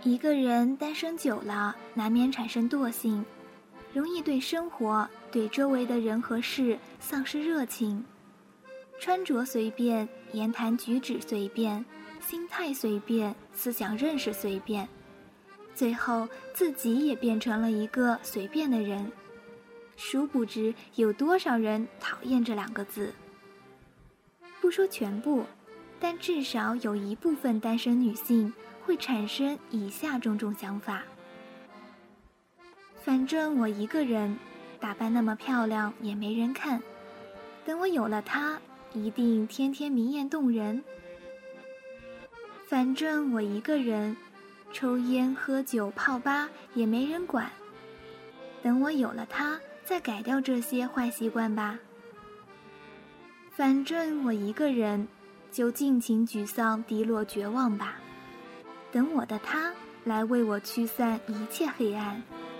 一个人单身久了，难免产生惰性，容易对生活、对周围的人和事丧失热情。穿着随便，言谈举止随便，心态随便，思想认识随便，最后自己也变成了一个随便的人。殊不知有多少人讨厌这两个字。不说全部，但至少有一部分单身女性会产生以下种种想法：反正我一个人，打扮那么漂亮也没人看，等我有了他，一定天天明艳动人。反正我一个人，抽烟喝酒泡吧也没人管，等我有了他，再改掉这些坏习惯吧。反正我一个人，就尽情沮丧低落绝望吧，等我的他来为我驱散一切黑暗。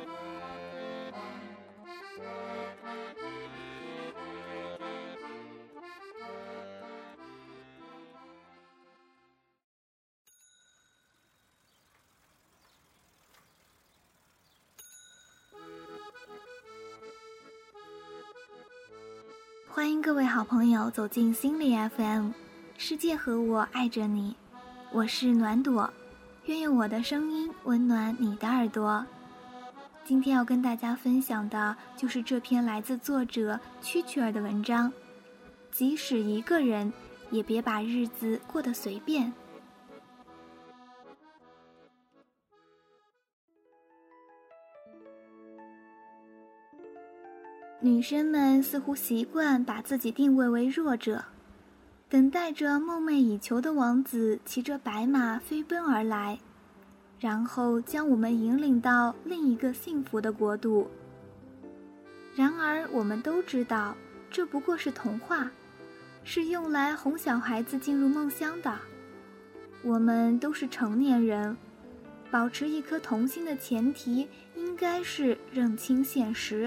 欢迎各位好朋友走进心理 FM， 世界和我爱着你，我是暖朵，愿用我的声音温暖你的耳朵。今天要跟大家分享的就是这篇来自作者蛐蛐儿的文章，即使一个人，也别把日子过得随便。女生们似乎习惯把自己定位为弱者，等待着梦寐以求的王子骑着白马飞奔而来，然后将我们引领到另一个幸福的国度。然而我们都知道，这不过是童话，是用来哄小孩子进入梦乡的。我们都是成年人，保持一颗童心的前提应该是认清现实。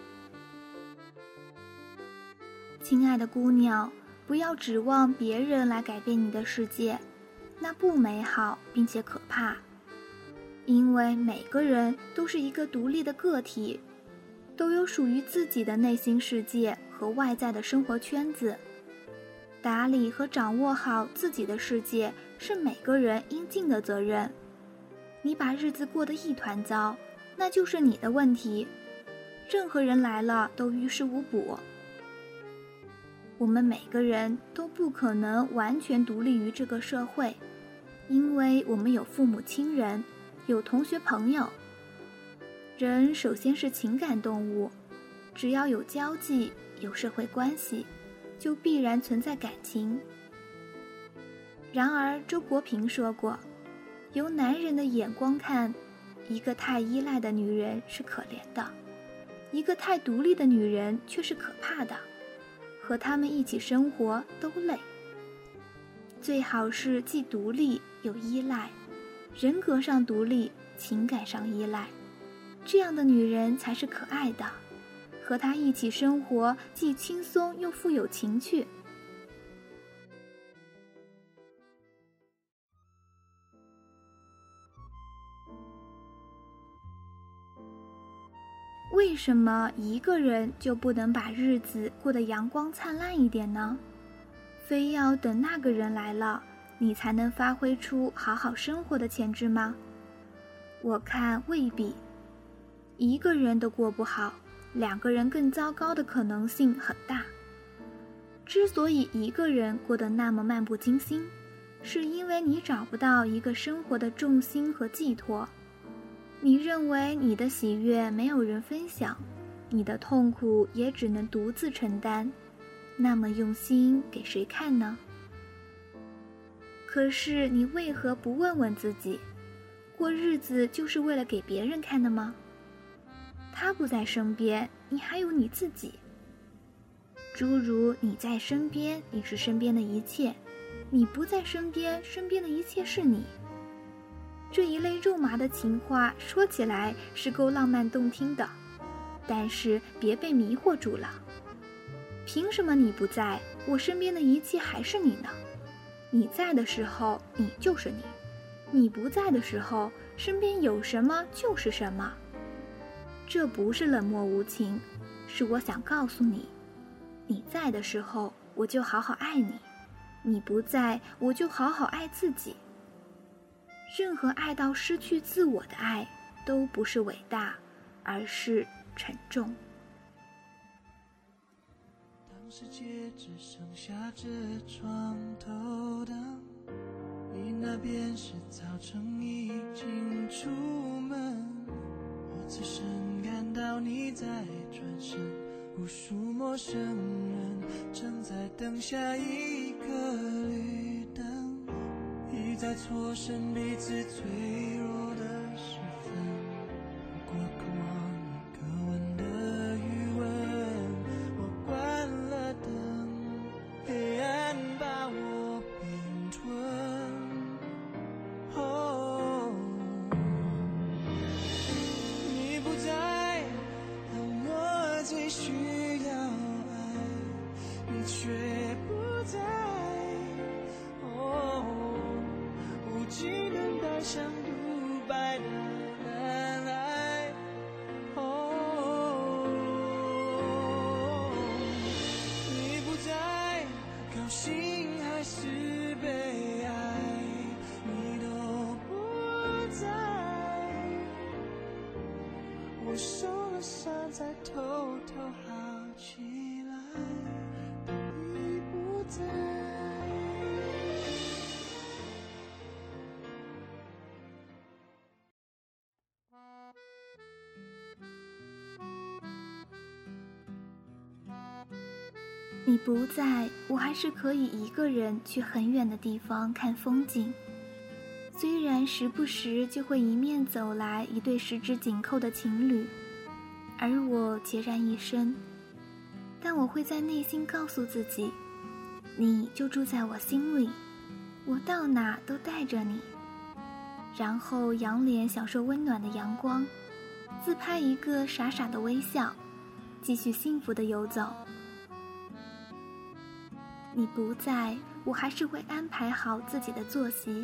亲爱的姑娘，不要指望别人来改变你的世界，那不美好并且可怕。因为每个人都是一个独立的个体，都有属于自己的内心世界和外在的生活圈子。打理和掌握好自己的世界是每个人应尽的责任。你把日子过得一团糟，那就是你的问题，任何人来了都于事无补。我们每个人都不可能完全独立于这个社会，因为我们有父母亲人，有同学朋友。人首先是情感动物，只要有交际，有社会关系，就必然存在感情。然而周国平说过，由男人的眼光看，一个太依赖的女人是可怜的，一个太独立的女人却是可怕的，和他们一起生活都累。最好是既独立又依赖，人格上独立，情感上依赖，这样的女人才是可爱的，和她一起生活既轻松又富有情趣。为什么一个人就不能把日子过得阳光灿烂一点呢？非要等那个人来了，你才能发挥出好好生活的潜质吗？我看未必。一个人都过不好，两个人更糟糕的可能性很大。之所以一个人过得那么漫不经心，是因为你找不到一个生活的重心和寄托。你认为你的喜悦没有人分享，你的痛苦也只能独自承担，那么用心给谁看呢？可是你为何不问问自己，过日子就是为了给别人看的吗？他不在身边，你还有你自己。诸如你在身边，你是身边的一切；你不在身边，身边的一切是你。这一类肉麻的情话说起来是够浪漫动听的，但是别被迷惑住了。凭什么你不在，我身边的一切还是你呢？你在的时候，你就是你；你不在的时候， 身边有什么就是什么。这不是冷漠无情，是我想告诉你，你在的时候我就好好爱你，你不在我就好好爱自己。任何爱到失去自我的爱都不是伟大，而是沉重。 当世界只剩下这床头灯，你那边是早晨已经出门，我此生感到你在转身，无数陌生人正在等下一个绿灯，一再错身彼此脆弱的时分，不过渴望一个吻的余温，我关了灯，黑暗把我并吞。你不在，当我最需要爱，你却不在。无尽等待像独白的难挨。你不在，高兴还是悲哀，你都不在。我受了伤才偷偷好起来，当你不在。 你不在，我还是可以一个人去很远的地方看风景。虽然时不时就会迎面走来一对十指紧扣的情侣，而我孑然一身，但我会在内心告诉自己，你就住在我心里，我到哪都带着你。然后仰脸享受温暖的阳光，自拍一个傻傻的微笑，继续幸福的游走。你不在，我还是会安排好自己的作息，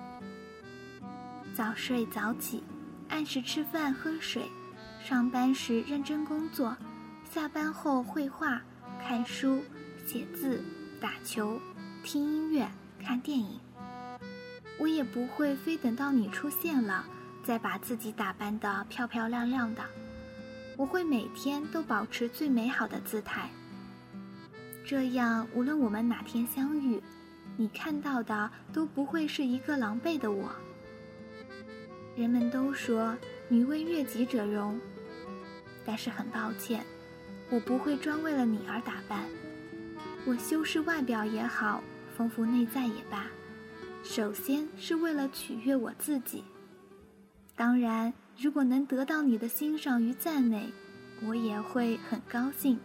早睡早起，按时吃饭喝水，上班时认真工作，下班后绘画、看书、写字、打球、听音乐、看电影。我也不会非等到你出现了再把自己打扮得漂漂亮亮的，我会每天都保持最美好的姿态。这样无论我们哪天相遇，你看到的都不会是一个狼狈的我。人们都说女为悦己者容，但是很抱歉，我不会专为了你而打扮。我修饰外表也好，丰富内在也罢，首先是为了取悦我自己。当然，如果能得到你的欣赏与赞美，我也会很高兴。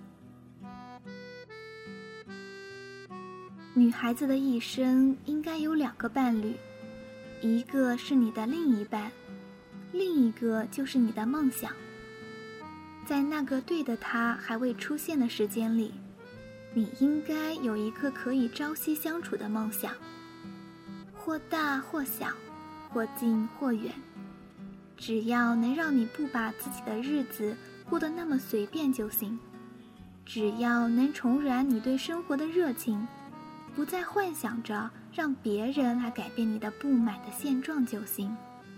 女孩子的一生应该有2个伴侣，一个是你的另一半，另一个就是你的梦想。在那个对的他还未出现的时间里，你应该有一个可以朝夕相处的梦想，或大或小，或近或远，只要能让你不把自己的日子过得那么随便就行，只要能重燃你对生活的热情，不再幻想着让别人来改变你的不满的现状就行。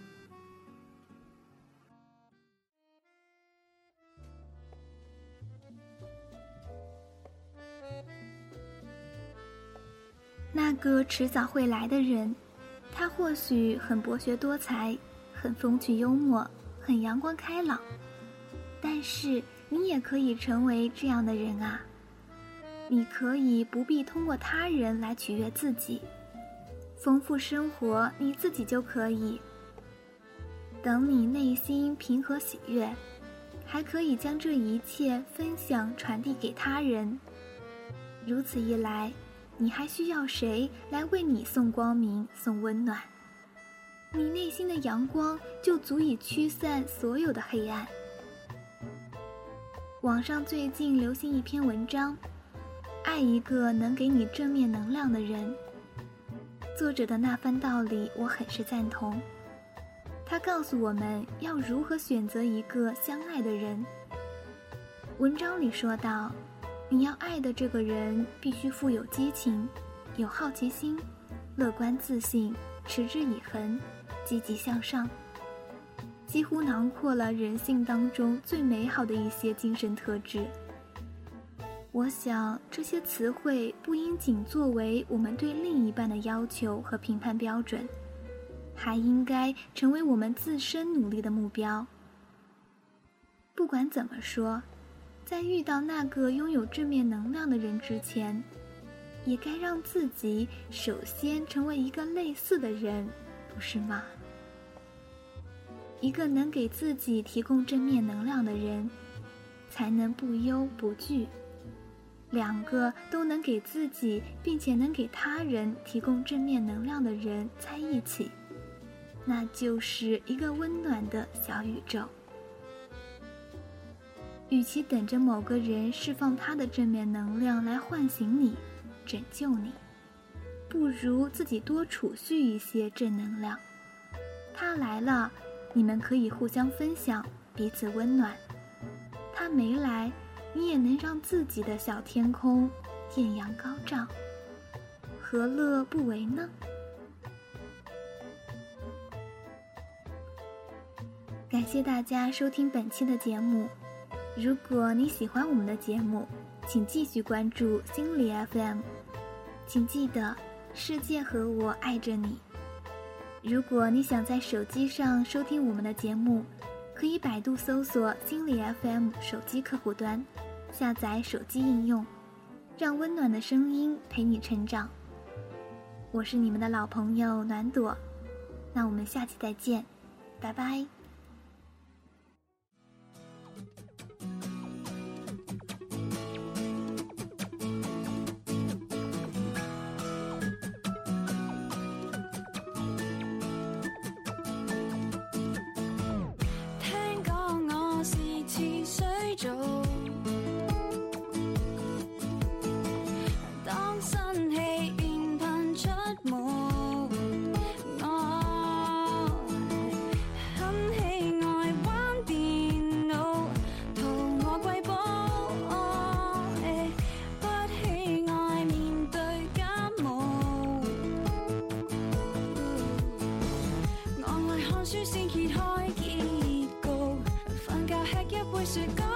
那个迟早会来的人，他或许很博学多才，很风趣幽默，很阳光开朗，但是你也可以成为这样的人啊。你可以不必通过他人来取悦自己，丰富生活你自己就可以。等你内心平和喜悦，还可以将这一切分享传递给他人。如此一来，你还需要谁来为你送光明送温暖？你内心的阳光就足以驱散所有的黑暗。网上最近流行一篇文章，爱一个能给你正面能量的人。作者的那番道理我很是赞同。 它告诉我们要如何选择一个相爱的人。文章里说到，你要爱的这个人必须富有激情，有好奇心，乐观自信，持之以恒，积极向上，几乎囊括了人性当中最美好的一些精神特质。我想这些词汇不应仅作为我们对另一半的要求和评判标准，还应该成为我们自身努力的目标。不管怎么说，在遇到那个拥有正面能量的人之前，也该让自己首先成为一个类似的人，不是吗？一个能给自己提供正面能量的人，才能不忧不惧。两个都能给自己并且能给他人提供正面能量的人在一起，那就是一个温暖的小宇宙。与其等着某个人释放他的正面能量来唤醒你、拯救你，不如自己多储蓄一些正能量。他来了，你们可以互相分享，彼此温暖；他没来，你也能让自己的小天空艳阳高照，何乐不为呢？感谢大家收听本期的节目。如果你喜欢我们的节目，请继续关注心理 FM。 请记得，世界和我爱着你。如果你想在手机上收听我们的节目，可以百度搜索心理 FM 手机客户端，下载手机应用，让温暖的声音陪你成长。我是你们的老朋友暖朵，那我们下期再见，拜拜。 書先揭開結局，瞓覺吃一杯雪糕。